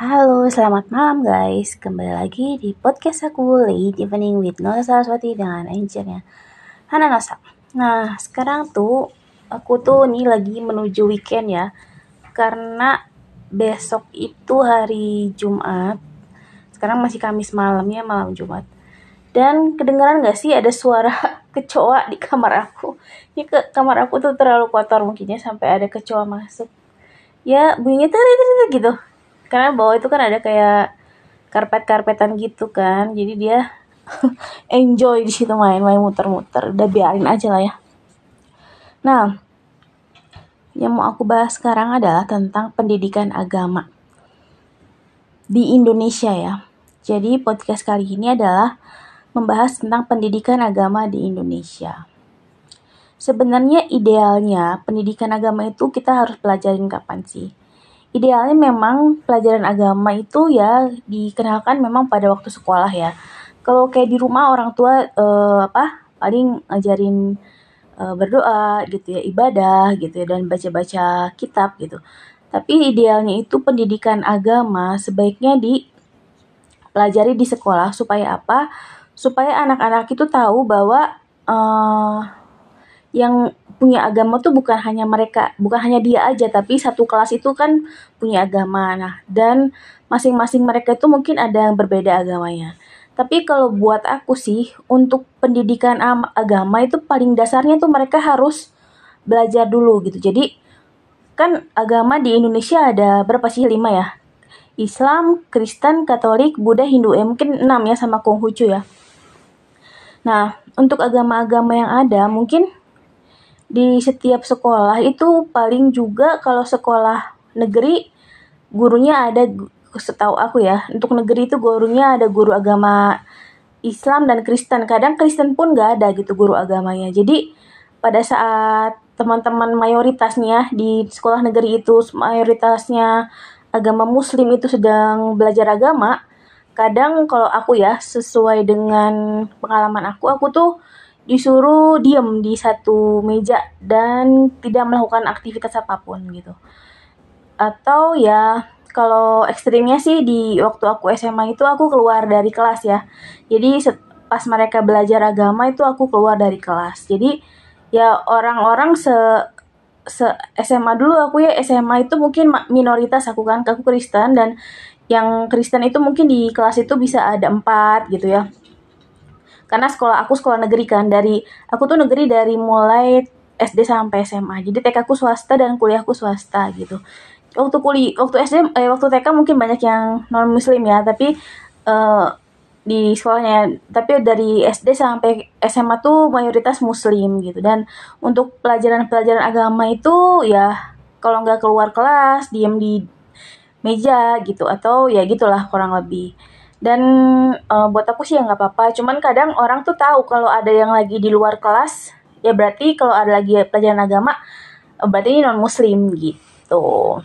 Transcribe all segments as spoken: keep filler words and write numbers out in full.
Halo, selamat malam guys. Kembali lagi di podcast aku Late Evening with Nosa Saraswati dengan anchornya Hana Nosa. Nah, sekarang tuh aku tuh nih lagi menuju weekend ya. Karena besok itu hari Jumat. Sekarang masih Kamis malam ya, malam Jumat. Dan kedengaran gak sih ada suara kecoa di kamar aku? Ini ke kamar aku tuh terlalu kotor mungkinnya sampai ada kecoa masuk. Ya bunyinya tuh gitu. Karena bawah itu kan ada kayak karpet-karpetan gitu kan. Jadi dia enjoy di situ main-main muter-muter. Udah biarin aja lah ya. Nah, yang mau aku bahas sekarang adalah tentang pendidikan agama di Indonesia ya. Jadi podcast kali ini adalah membahas tentang pendidikan agama di Indonesia. Sebenarnya idealnya pendidikan agama itu kita harus pelajarin kapan sih? Idealnya memang pelajaran agama itu ya dikenalkan memang pada waktu sekolah ya. Kalau kayak di rumah orang tua eh, apa paling ngajarin eh, berdoa gitu ya, ibadah gitu ya, dan baca-baca kitab gitu. Tapi idealnya itu pendidikan agama sebaiknya dipelajari di sekolah supaya apa? Supaya anak-anak itu tahu bahwa eh, yang punya agama tuh bukan hanya mereka, bukan hanya dia aja, tapi satu kelas itu kan punya agama. Nah, dan masing-masing mereka itu mungkin ada yang berbeda agamanya. Tapi kalau buat aku sih, untuk pendidikan agama itu paling dasarnya tuh mereka harus belajar dulu gitu. Jadi, kan agama di Indonesia ada berapa sih? Lima ya? Islam, Kristen, Katolik, Buddha, Hindu. Eh, mungkin enam ya sama Konghucu ya. Nah, untuk agama-agama yang ada, mungkin di setiap sekolah itu paling juga kalau sekolah negeri gurunya ada, setahu aku ya, untuk negeri itu gurunya ada guru agama Islam dan Kristen. Kadang Kristen pun gak ada gitu guru agamanya. Jadi pada saat teman-teman mayoritasnya di sekolah negeri itu mayoritasnya agama Muslim itu sedang belajar agama, kadang kalau aku ya sesuai dengan pengalaman aku, aku tuh disuruh diem di satu meja dan tidak melakukan aktivitas apapun gitu. Atau ya kalau ekstrimnya sih di waktu aku S M A itu aku keluar dari kelas ya. Jadi pas mereka belajar agama itu aku keluar dari kelas. Jadi ya orang-orang se se S M A dulu aku ya S M A itu mungkin minoritas aku kan, aku Kristen, dan yang Kristen itu mungkin di kelas itu bisa ada empat gitu ya. Karena sekolah aku sekolah negeri kan, dari aku tuh negeri dari mulai S D sampai S M A. Jadi T K aku swasta dan kuliahku swasta gitu. Waktu kuliah, waktu S D, eh, waktu T K mungkin banyak yang non Muslim ya, tapi eh, di sekolahnya. Tapi dari S D sampai S M A tuh mayoritas Muslim gitu. Dan untuk pelajaran-pelajaran agama itu ya kalau nggak keluar kelas, diem di meja gitu, atau ya gitulah kurang lebih. Dan uh, buat aku sih ya nggak apa-apa. Cuman kadang orang tuh tahu kalau ada yang lagi di luar kelas, ya berarti kalau ada lagi pelajaran agama, berarti ini non Muslim gitu.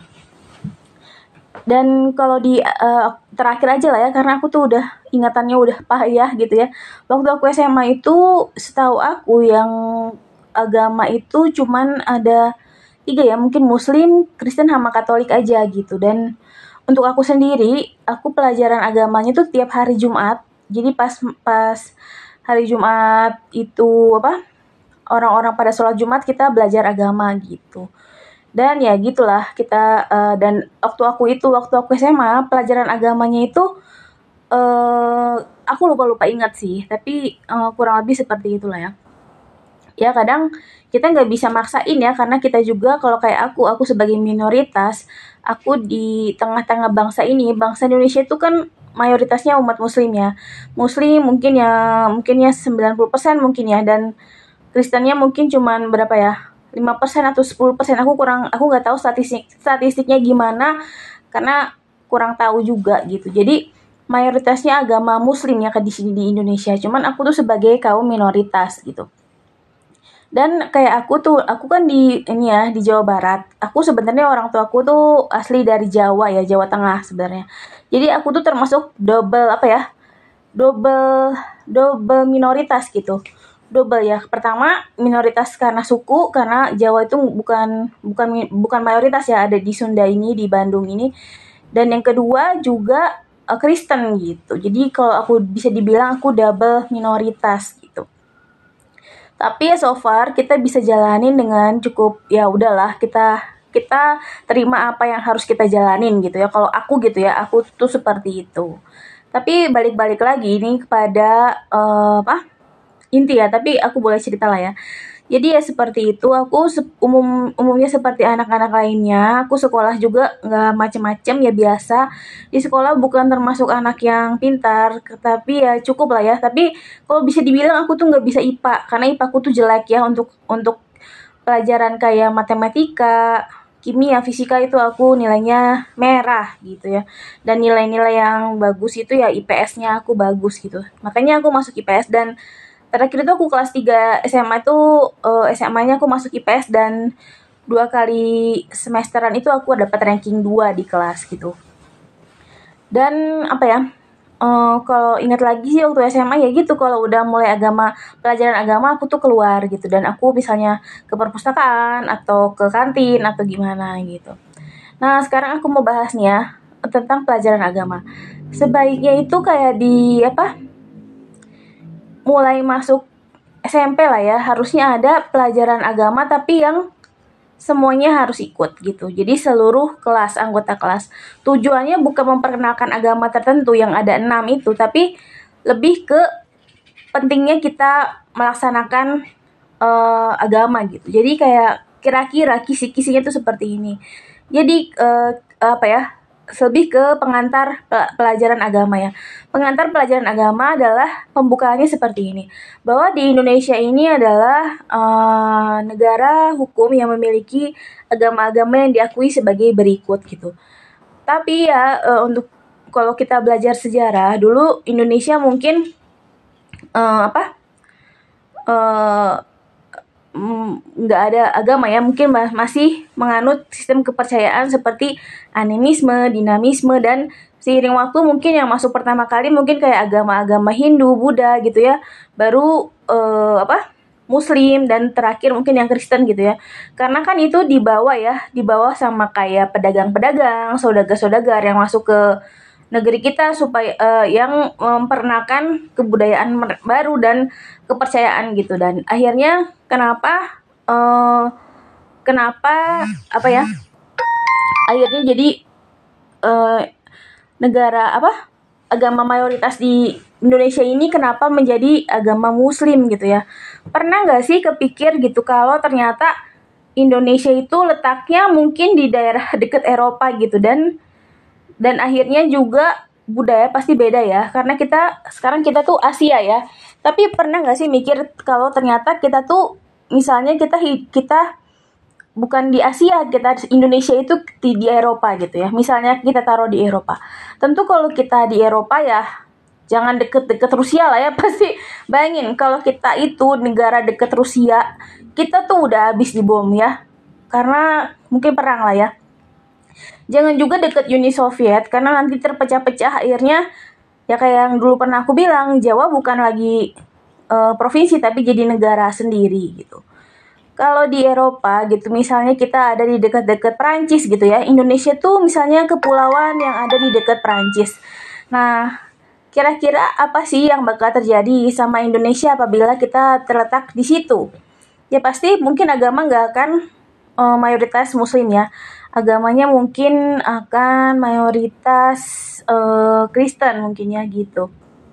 Dan kalau di uh, terakhir aja lah ya, karena aku tuh udah ingatannya udah payah gitu ya. Waktu aku S M A itu, setahu aku yang agama itu cuman ada tiga ya, mungkin Muslim, Kristen, sama Katolik aja gitu. Dan untuk aku sendiri, aku pelajaran agamanya tuh tiap hari Jumat. Jadi pas pas hari Jumat itu apa? Orang-orang pada sholat Jumat kita belajar agama gitu. Dan ya gitulah kita uh, dan waktu aku itu waktu aku S M A pelajaran agamanya itu uh, aku lupa-lupa ingat sih, tapi uh, kurang lebih seperti itulah ya. Ya kadang kita nggak bisa maksain ya, karena kita juga kalau kayak aku, aku sebagai minoritas, aku di tengah-tengah bangsa ini, bangsa Indonesia itu kan mayoritasnya umat Muslim ya. Muslim mungkin ya, mungkin ya sembilan puluh persen mungkin ya, dan Kristennya mungkin cuman berapa ya, lima persen atau sepuluh persen. Aku kurang, aku nggak tahu statistik statistiknya gimana, karena kurang tahu juga gitu. Jadi mayoritasnya agama Muslim ya di sini di Indonesia. Cuman aku tuh sebagai kaum minoritas gitu. Dan kayak aku tuh, aku kan di ini ya di Jawa Barat. Aku sebenarnya orang tua aku tuh asli dari Jawa ya, Jawa Tengah sebenarnya. Jadi aku tuh termasuk double apa ya? Double double minoritas gitu. Double ya. Pertama minoritas karena suku, karena Jawa itu bukan bukan bukan mayoritas ya, ada di Sunda ini, di Bandung ini. dan yang kedua juga uh, Kristen gitu. Jadi kalau aku bisa dibilang aku double minoritas gitu. Tapi ya so far kita bisa jalanin dengan cukup, ya udahlah, kita kita terima apa yang harus kita jalanin gitu ya. Kalau aku gitu ya, aku tuh seperti itu. Tapi balik-balik lagi ini kepada uh, apa inti ya, tapi aku boleh cerita lah ya. Jadi ya seperti itu, aku umum umumnya seperti anak-anak lainnya, aku sekolah juga nggak macem-macem ya, biasa. Di sekolah bukan termasuk anak yang pintar, tapi ya cukup lah ya. Tapi kalau bisa dibilang aku tuh nggak bisa I P A, karena I P A aku tuh jelek ya untuk untuk pelajaran kayak matematika, kimia, fisika itu aku nilainya merah gitu ya. Dan nilai-nilai yang bagus itu ya I P S-nya aku bagus gitu. Makanya aku masuk I P S, dan terakhir itu aku kelas tiga S M A itu uh, S M A-nya aku masuk I P S, dan dua kali semesteran itu aku dapat ranking dua di kelas gitu. Dan apa ya? Uh, kalau ingat lagi sih waktu S M A ya gitu, kalau udah mulai agama, pelajaran agama aku tuh keluar gitu, dan aku misalnya ke perpustakaan atau ke kantin atau gimana gitu. Nah, sekarang aku mau bahas nih ya tentang pelajaran agama. Sebaiknya itu kayak di apa? Mulai masuk S M P lah ya, harusnya ada pelajaran agama tapi yang semuanya harus ikut gitu. Jadi seluruh kelas, anggota kelas. Tujuannya bukan memperkenalkan agama tertentu yang ada enam itu, tapi lebih ke pentingnya kita melaksanakan uh, agama gitu. Jadi kayak kira-kira kisi-kisinya tuh seperti ini. Jadi uh, apa ya? Lebih ke pengantar pelajaran agama ya. Pengantar pelajaran agama adalah pembukaannya seperti ini. Bahwa di Indonesia ini adalah uh, negara hukum yang memiliki agama-agama yang diakui sebagai berikut gitu. Tapi ya uh, untuk kalau kita belajar sejarah, dulu Indonesia mungkin uh, apa? Uh, nggak ada agama ya, mungkin masih menganut sistem kepercayaan seperti animisme, dinamisme, dan seiring waktu mungkin yang masuk pertama kali mungkin kayak agama-agama Hindu, Buddha gitu ya, baru uh, apa Muslim, dan terakhir mungkin yang Kristen gitu ya. Karena kan itu dibawa ya, dibawa sama kayak pedagang-pedagang, saudagar-saudagar yang masuk ke negeri kita supaya uh, yang memperkenalkan kebudayaan baru dan kepercayaan gitu. Dan akhirnya kenapa uh, kenapa apa ya akhirnya jadi uh, negara apa agama mayoritas di Indonesia ini kenapa menjadi agama Muslim gitu ya. Pernah nggak sih kepikir gitu kalau ternyata Indonesia itu letaknya mungkin di daerah dekat Eropa gitu, dan dan akhirnya juga budaya pasti beda ya, karena kita sekarang kita tuh Asia ya. Tapi pernah nggak sih mikir kalau ternyata kita tuh misalnya kita kita bukan di Asia, kita Indonesia itu di, di Eropa gitu ya. Misalnya kita taruh di Eropa. Tentu kalau kita di Eropa ya jangan deket-deket Rusia lah ya. Pasti bayangin kalau kita itu negara deket Rusia, kita tuh udah habis dibom ya. Karena mungkin perang lah ya. Jangan juga deket Uni Soviet, karena nanti terpecah-pecah akhirnya ya kayak yang dulu pernah aku bilang, Jawa bukan lagi uh, provinsi tapi jadi negara sendiri gitu. Kalau di Eropa gitu, misalnya kita ada di dekat-dekat Perancis gitu ya, Indonesia tuh misalnya kepulauan yang ada di dekat Perancis. Nah, kira-kira apa sih yang bakal terjadi sama Indonesia apabila kita terletak di situ? Ya pasti mungkin agama nggak akan uh, mayoritas Muslim ya. Agamanya mungkin akan mayoritas uh, Kristen mungkin ya gitu.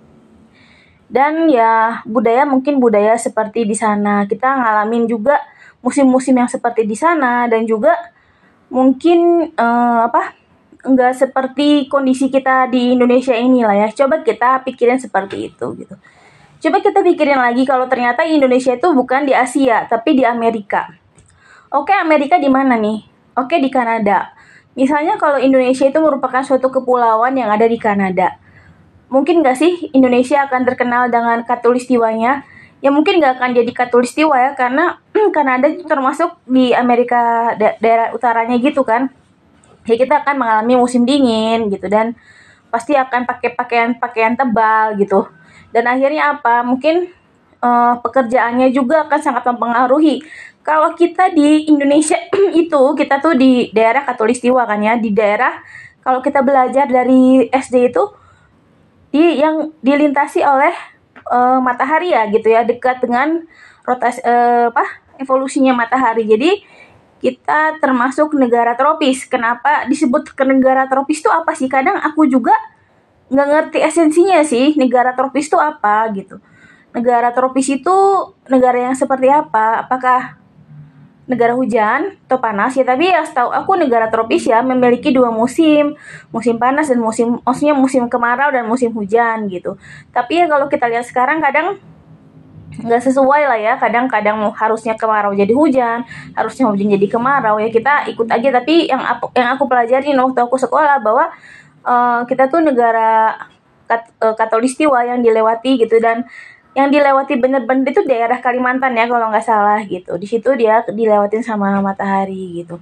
Dan ya budaya mungkin budaya seperti di sana. Kita ngalamin juga musim-musim yang seperti di sana, dan juga mungkin uh, apa nggak seperti kondisi kita di Indonesia ini lah ya. Coba kita pikirin seperti itu gitu. Coba kita pikirin lagi kalau ternyata Indonesia itu bukan di Asia tapi di Amerika. Oke, Amerika di mana nih? Oke, di Kanada. Misalnya kalau Indonesia itu merupakan suatu kepulauan yang ada di Kanada. Mungkin nggak sih Indonesia akan terkenal dengan khatulistiwanya? Ya mungkin nggak akan jadi khatulistiwa ya, karena Kanada itu termasuk di Amerika da- daerah utaranya gitu kan. Ya kita akan mengalami musim dingin gitu, dan pasti akan pakai pakaian-pakaian tebal gitu. Dan akhirnya apa? Mungkin uh, pekerjaannya juga akan sangat mempengaruhi. Kalau kita di Indonesia itu, kita tuh di daerah khatulistiwa kan ya, di daerah kalau kita belajar dari S D itu di yang dilintasi oleh uh, matahari ya gitu ya, dekat dengan rotasi uh, apa evolusinya matahari. Jadi kita termasuk negara tropis. Kenapa disebut ke negara tropis itu apa sih? Kadang aku juga nggak ngerti esensinya sih negara tropis itu apa gitu. Negara tropis itu negara yang seperti apa? Apakah negara hujan atau panas ya? Tapi ya setahu aku negara tropis ya memiliki dua musim, musim panas dan musim maksudnya musim kemarau dan musim hujan gitu. Tapi ya kalau kita lihat sekarang kadang nggak sesuai lah ya, kadang-kadang harusnya kemarau jadi hujan, harusnya hujan jadi kemarau ya, kita ikut aja. Tapi yang aku yang aku pelajarin waktu aku sekolah bahwa uh, kita tuh negara kat, uh, katulistiwa yang dilewati gitu, dan yang dilewati bener-bener itu daerah Kalimantan ya kalau nggak salah gitu. Di situ dia dilewatin sama matahari gitu.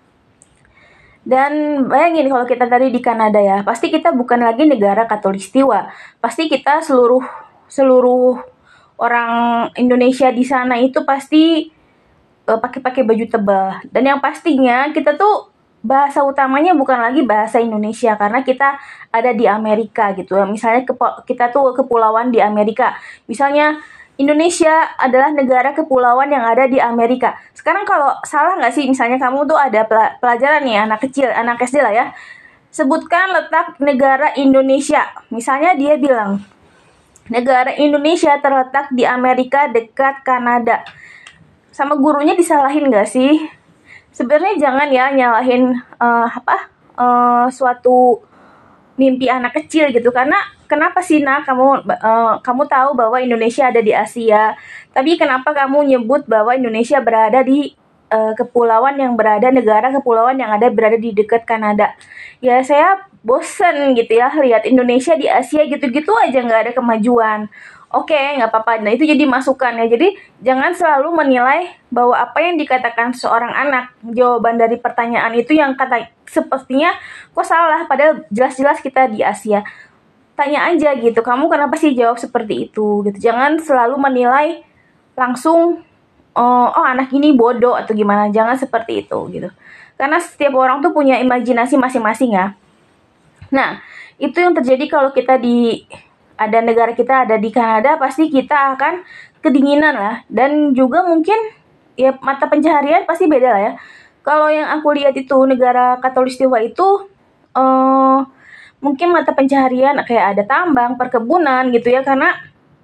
Dan bayangin kalau kita tadi di Kanada ya, pasti kita bukan lagi negara katulistiwa. Pasti kita seluruh seluruh orang Indonesia di sana itu pasti uh, pakai-pakai baju tebal. Dan yang pastinya kita tuh bahasa utamanya bukan lagi bahasa Indonesia karena kita ada di Amerika gitu ya. Misalnya kita tuh kepulauan di Amerika. Misalnya Indonesia adalah negara kepulauan yang ada di Amerika. Sekarang kalau salah nggak sih, misalnya kamu tuh ada pelajaran nih anak kecil, anak S D lah ya. Sebutkan letak negara Indonesia. Misalnya dia bilang negara Indonesia terletak di Amerika dekat Kanada. Sama gurunya disalahin nggak sih? Sebenarnya jangan ya nyalahin uh, apa uh, suatu mimpi anak kecil gitu, karena kenapa sih nak kamu uh, kamu tahu bahwa Indonesia ada di Asia, tapi kenapa kamu nyebut bahwa Indonesia berada di uh, kepulauan yang berada negara kepulauan yang ada berada di dekat Kanada? Ya saya bosen gitu ya lihat Indonesia di Asia gitu-gitu aja nggak ada kemajuan. Oke, okay, nggak apa-apa. Nah, itu jadi masukan ya. Jadi, jangan selalu menilai bahwa apa yang dikatakan seorang anak, jawaban dari pertanyaan itu yang kata sepertinya kok salah, padahal jelas-jelas kita di Asia. Tanya aja gitu, kamu kenapa sih jawab seperti itu? Gitu. Jangan selalu menilai langsung, oh, oh anak ini bodoh atau gimana. Jangan seperti itu gitu. Karena setiap orang tuh punya imajinasi masing-masing ya. Nah, itu yang terjadi kalau kita di ada negara kita ada di Kanada, pasti kita akan kedinginan lah, dan juga mungkin ya mata pencaharian pasti beda lah ya. Kalau yang aku lihat itu negara katulistiwa itu uh, mungkin mata pencaharian kayak ada tambang, perkebunan gitu ya, karena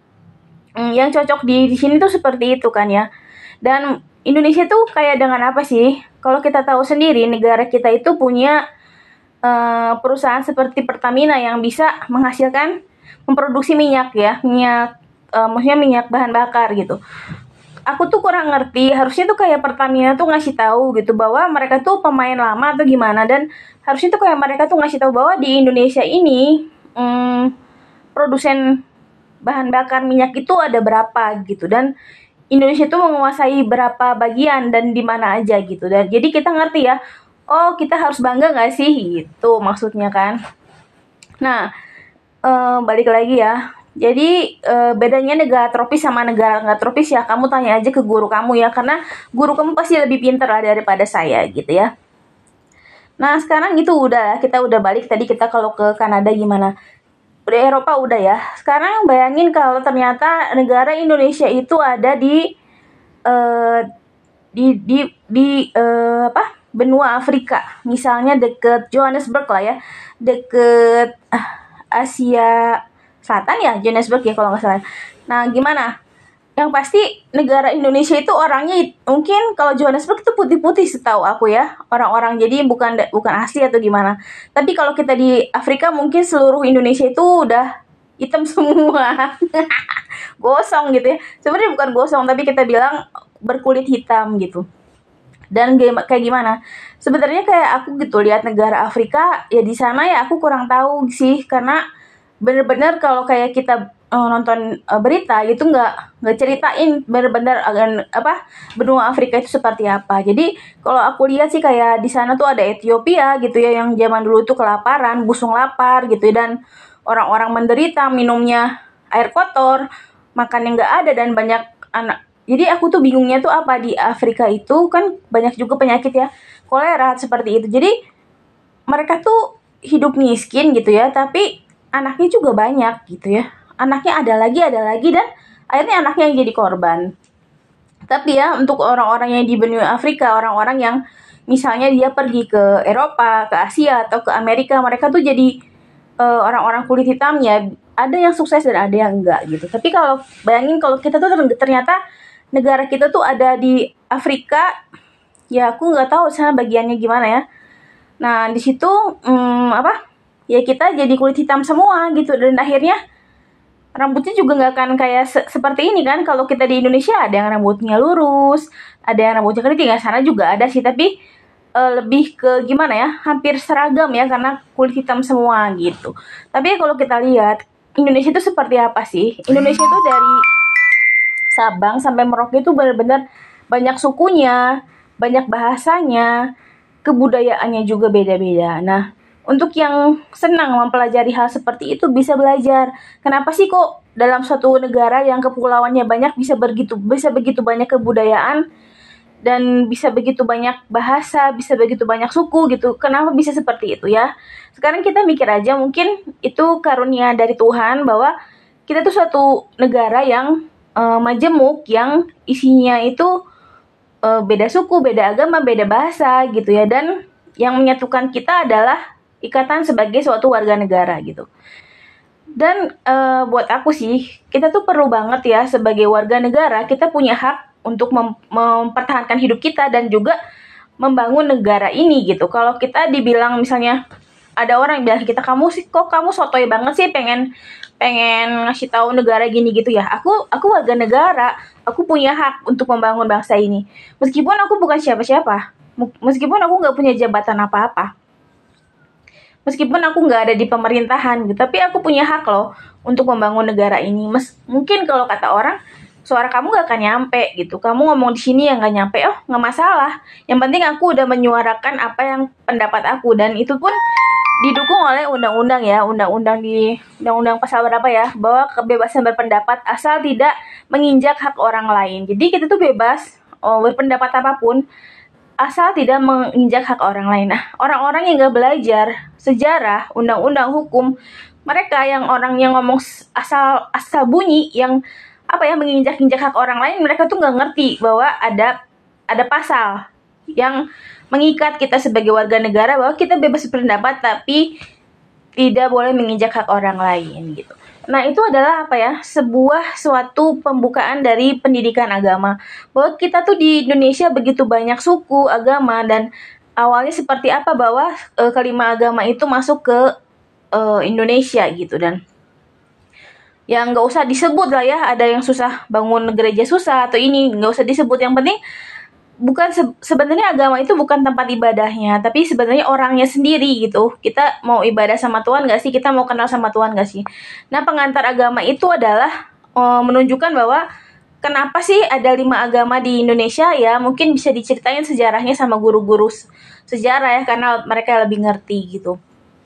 um, yang cocok di di sini tuh seperti itu kan ya. Dan Indonesia tuh kayak dengan apa sih? Kalau kita tahu sendiri negara kita itu punya uh, perusahaan seperti Pertamina yang bisa menghasilkan memproduksi minyak ya, minyak uh, maksudnya minyak bahan bakar gitu. Aku tuh kurang ngerti, harusnya tuh kayak Pertamina tuh ngasih tahu gitu bahwa mereka tuh pemain lama atau gimana, dan harusnya tuh kayak mereka tuh ngasih tahu bahwa di Indonesia ini hmm, produsen bahan bakar minyak itu ada berapa gitu, dan Indonesia tuh menguasai berapa bagian dan di mana aja gitu. Dan jadi kita ngerti ya, oh kita harus bangga nggak sih gitu maksudnya kan. Nah, Uh, balik lagi ya. Jadi uh, bedanya negara tropis sama negara nggak tropis ya, kamu tanya aja ke guru kamu ya, karena guru kamu pasti lebih pintar lah daripada saya gitu ya. Nah sekarang itu udah, kita udah balik tadi, kita kalau ke Kanada gimana? Udah Eropa udah ya. Sekarang bayangin kalau ternyata negara Indonesia itu ada di uh, di di di uh, apa? benua Afrika. Misalnya deket Johannesburg lah ya, deket uh, Asia Selatan ya, Johannesburg ya kalau nggak salah. Nah gimana? Yang pasti negara Indonesia itu orangnya mungkin kalau Johannesburg itu putih-putih setahu aku ya orang-orang, jadi bukan bukan asli atau gimana. Tapi kalau kita di Afrika mungkin seluruh Indonesia itu udah hitam semua, gosong gitu ya. Sebenarnya bukan gosong, tapi kita bilang berkulit hitam gitu. Dan kayak gimana? Sebenarnya kayak aku gitu lihat negara Afrika ya, di sana ya aku kurang tahu sih, karena bener-bener kalau kayak kita uh, nonton uh, berita gitu nggak nggak ceritain bener-bener agan apa benua Afrika itu seperti apa. Jadi kalau aku lihat sih kayak di sana tuh ada Ethiopia gitu ya, yang zaman dulu tuh kelaparan, busung lapar gitu ya, dan orang-orang menderita, minumnya air kotor, makan yang nggak ada, dan banyak anak. Jadi aku tuh bingungnya tuh apa, di Afrika itu kan banyak juga penyakit ya, kolera seperti itu. Jadi mereka tuh hidup miskin gitu ya, tapi anaknya juga banyak gitu ya. Anaknya ada lagi, ada lagi, dan akhirnya anaknya yang jadi korban. Tapi ya untuk orang-orang yang di benua Afrika, orang-orang yang misalnya dia pergi ke Eropa, ke Asia, atau ke Amerika, mereka tuh jadi uh, orang-orang kulit hitamnya. Ada yang sukses dan ada yang enggak gitu. Tapi kalau bayangin kalau kita tuh ternyata negara kita tuh ada di Afrika, ya aku nggak tahu sana bagiannya gimana ya. Nah di situ hmm, apa? Ya kita jadi kulit hitam semua gitu, dan akhirnya rambutnya juga nggak akan kayak se- seperti ini kan. Kalau kita di Indonesia ada yang rambutnya lurus, ada yang rambutnya keriting, ya sana juga ada sih, tapi uh, lebih ke gimana ya, hampir seragam ya karena kulit hitam semua gitu. Tapi kalau kita lihat Indonesia itu seperti apa sih? Indonesia itu dari Sabang sampai Merauke itu benar-benar banyak sukunya, banyak bahasanya, kebudayaannya juga beda-beda. Nah, untuk yang senang mempelajari hal seperti itu bisa belajar. Kenapa sih kok dalam suatu negara yang kepulauannya banyak bisa begitu bisa begitu banyak kebudayaan dan bisa begitu banyak bahasa, bisa begitu banyak suku gitu. Kenapa bisa seperti itu ya? Sekarang kita mikir aja, mungkin itu karunia dari Tuhan bahwa kita tuh suatu negara yang uh, majemuk, yang isinya itu uh, beda suku, beda agama, beda bahasa gitu ya, dan yang menyatukan kita adalah ikatan sebagai suatu warga negara gitu. Dan uh, buat aku sih, kita tuh perlu banget ya sebagai warga negara, kita punya hak untuk mem- mempertahankan hidup kita dan juga membangun negara ini gitu. Kalau kita dibilang misalnya ada orang yang bilang kita, kamu sih kok kamu sotoy banget sih pengen pengen ngasih tahu negara gini gitu ya. Aku aku warga negara, aku punya hak untuk membangun bangsa ini. Meskipun aku bukan siapa-siapa, meskipun aku nggak punya jabatan apa-apa, meskipun aku nggak ada di pemerintahan gitu, tapi aku punya hak loh untuk membangun negara ini. Mes, mungkin kalau kata orang, suara kamu nggak akan nyampe gitu, kamu ngomong di sini yang nggak nyampe, oh nggak masalah. Yang penting aku udah menyuarakan apa yang pendapat aku, dan itu pun didukung oleh undang-undang ya, undang-undang di undang-undang pasal berapa ya, bahwa kebebasan berpendapat asal tidak menginjak hak orang lain. Jadi kita tuh bebas oh, berpendapat apapun, asal tidak menginjak hak orang lain. Nah, orang-orang yang nggak belajar sejarah, undang-undang, hukum, mereka yang orang yang ngomong asal asal bunyi, yang apa ya, menginjak-injak hak orang lain, mereka tuh nggak ngerti bahwa ada ada pasal yang mengikat kita sebagai warga negara bahwa kita bebas berpendapat tapi tidak boleh menginjak hak orang lain gitu. Nah, itu adalah apa ya? Sebuah suatu pembukaan dari pendidikan agama. Bahwa kita tuh di Indonesia begitu banyak suku, agama, dan awalnya seperti apa bahwa e, kelima agama itu masuk ke e, Indonesia gitu. Dan yang nggak usah disebut lah ya, ada yang susah bangun gereja susah atau ini, nggak usah disebut. Yang penting bukan se- sebenarnya agama itu bukan tempat ibadahnya, tapi sebenarnya orangnya sendiri gitu. Kita mau ibadah sama Tuhan gak sih? Kita mau kenal sama Tuhan gak sih? Nah, pengantar agama itu adalah oh, menunjukkan bahwa kenapa sih ada lima agama di Indonesia ya? Mungkin bisa diceritain sejarahnya sama guru-guru sejarah ya, karena mereka lebih ngerti gitu.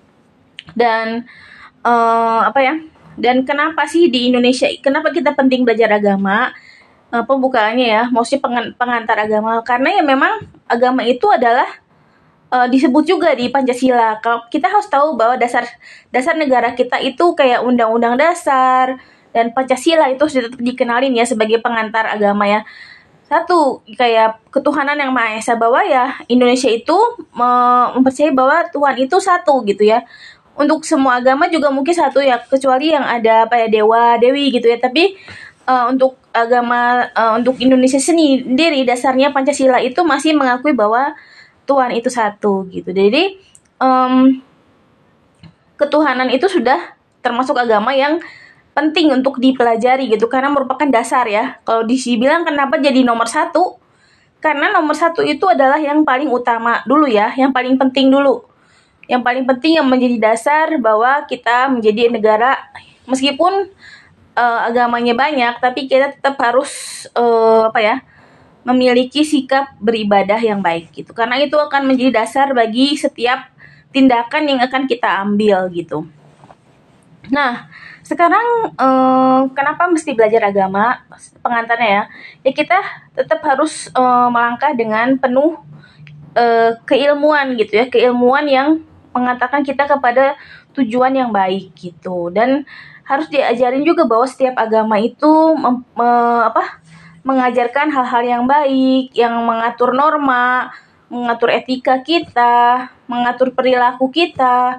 Dan uh, apa ya? Dan kenapa sih di Indonesia? Kenapa kita penting belajar agama? Uh, pembukaannya ya, maksudnya pengantar agama, karena ya memang agama itu adalah uh, disebut juga di Pancasila. Kalau kita harus tahu bahwa dasar dasar negara kita itu kayak Undang-Undang Dasar dan Pancasila itu sudah tetap dikenalin ya sebagai pengantar agama ya. Satu, kayak ketuhanan yang Maha Esa, bahwa ya Indonesia itu mempercayai bahwa Tuhan itu satu gitu ya. Untuk semua agama juga mungkin satu ya, kecuali yang ada apa ya, dewa dewi gitu ya. Tapi uh, untuk agama uh, untuk Indonesia sendiri dasarnya Pancasila itu masih mengakui bahwa Tuhan itu satu gitu. Jadi um, ketuhanan itu sudah termasuk agama yang penting untuk dipelajari gitu, karena merupakan dasar ya. Kalau dibilang kenapa jadi nomor satu, karena nomor satu itu adalah yang paling utama dulu ya, yang paling penting dulu, yang paling penting yang menjadi dasar bahwa kita menjadi negara. Meskipun uh, agamanya banyak, tapi kita tetap harus uh, apa ya, memiliki sikap beribadah yang baik gitu, karena itu akan menjadi dasar bagi setiap tindakan yang akan kita ambil gitu. Nah, sekarang uh, kenapa mesti belajar agama? Pengantarnya ya, ya kita tetap harus uh, melangkah dengan penuh uh, keilmuan gitu ya, keilmuan yang mengantarkan kita kepada tujuan yang baik gitu. Dan harus diajarin juga bahwa setiap agama itu mem, me, apa mengajarkan hal-hal yang baik, yang mengatur norma, mengatur etika kita, mengatur perilaku kita,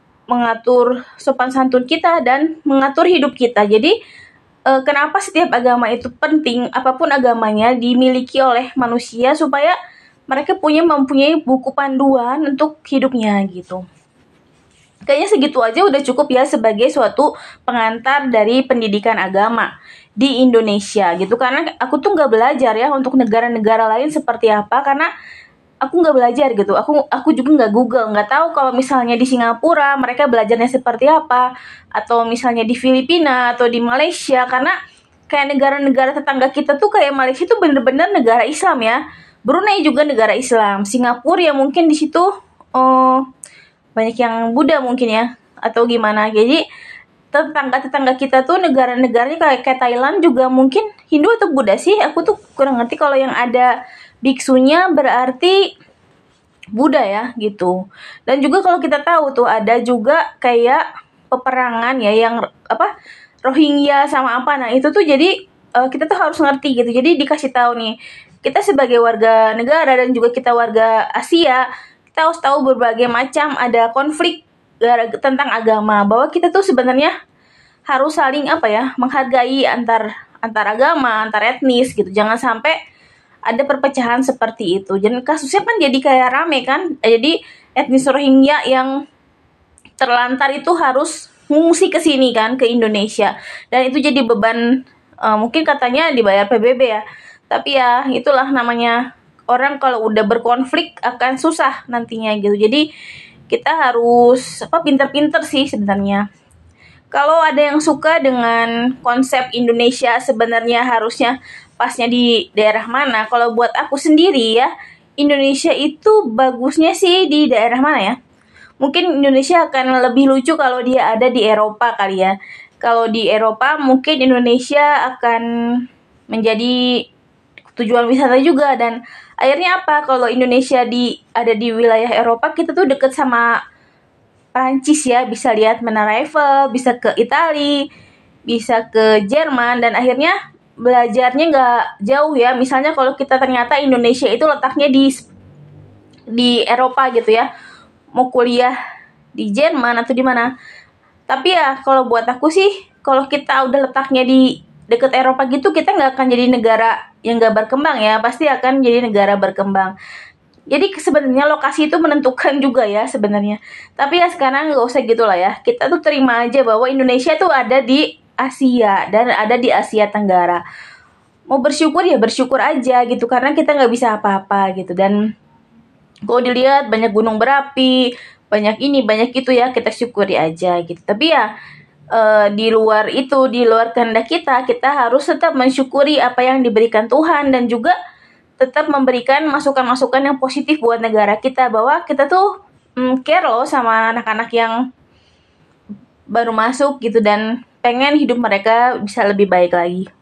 mengatur sopan santun kita, dan mengatur hidup kita. Jadi eh, kenapa setiap agama itu penting, apapun agamanya, dimiliki oleh manusia supaya mereka punya mempunyai buku panduan untuk hidupnya gitu. Kayaknya segitu aja udah cukup ya sebagai suatu pengantar dari pendidikan agama di Indonesia gitu. Karena aku tuh nggak belajar ya untuk negara-negara lain seperti apa, karena aku nggak belajar gitu. Aku aku juga nggak Google, nggak tahu kalau misalnya di Singapura mereka belajarnya seperti apa, atau misalnya di Filipina atau di Malaysia. Karena kayak negara-negara tetangga kita tuh kayak Malaysia tuh bener-bener negara Islam ya. Brunei juga negara Islam. Singapura ya mungkin di situ oh, banyak yang Buddha mungkin ya, atau gimana. Jadi tetangga-tetangga kita tuh negara-negaranya kayak kayak Thailand juga mungkin Hindu atau Buddha sih. Aku tuh kurang ngerti. Kalau yang ada biksunya berarti Buddha ya gitu. Dan juga kalau kita tahu tuh ada juga kayak peperangan ya yang apa Rohingya sama apa. Nah itu tuh jadi uh, kita tuh harus ngerti gitu. Jadi dikasih tahu nih, kita sebagai warga negara dan juga kita warga Asia, kita harus tahu berbagai macam ada konflik tentang agama, bahwa kita tuh sebenarnya harus saling apa ya menghargai antar antar agama, antar etnis gitu. Jangan sampai ada perpecahan seperti itu. Dan kasusnya kan jadi kayak rame kan. Jadi etnis Rohingya yang terlantar itu harus ngungsi ke sini kan, ke Indonesia. Dan itu jadi beban, uh, mungkin katanya dibayar P B B ya. Tapi ya itulah namanya orang kalau udah berkonflik akan susah nantinya gitu. Jadi kita harus apa pinter-pinter sih sebenarnya. Kalau ada yang suka dengan konsep Indonesia sebenarnya harusnya pasnya di daerah mana? Kalau buat aku sendiri ya, Indonesia itu bagusnya sih di daerah mana ya? Mungkin Indonesia akan lebih lucu kalau dia ada di Eropa kali ya. Kalau di Eropa mungkin Indonesia akan menjadi tujuan wisata juga. Dan akhirnya apa? Kalau Indonesia di ada di wilayah Eropa, kita tuh deket sama Prancis ya, bisa lihat Menara Eiffel, bisa ke Italia, bisa ke Jerman, dan akhirnya belajarnya nggak jauh ya. Misalnya kalau kita ternyata Indonesia itu letaknya di di Eropa gitu ya, mau kuliah di Jerman atau di mana. Tapi ya kalau buat aku sih, kalau kita udah letaknya di deket Eropa gitu, kita nggak akan jadi negara yang nggak berkembang ya, pasti akan jadi negara berkembang. Jadi sebenarnya lokasi itu menentukan juga ya sebenarnya. Tapi ya sekarang nggak usah gitu lah ya. Kita tuh terima aja bahwa Indonesia tuh ada di Asia dan ada di Asia Tenggara. Mau bersyukur ya bersyukur aja gitu, karena kita nggak bisa apa-apa gitu. Dan kalau dilihat banyak gunung berapi, banyak ini banyak itu ya, kita syukuri aja gitu. Tapi ya Uh, di luar itu, di luar kehendak kita, kita harus tetap mensyukuri apa yang diberikan Tuhan, dan juga tetap memberikan masukan-masukan yang positif buat negara kita, bahwa kita tuh mm, care loh sama anak-anak yang baru masuk gitu, dan pengen hidup mereka bisa lebih baik lagi.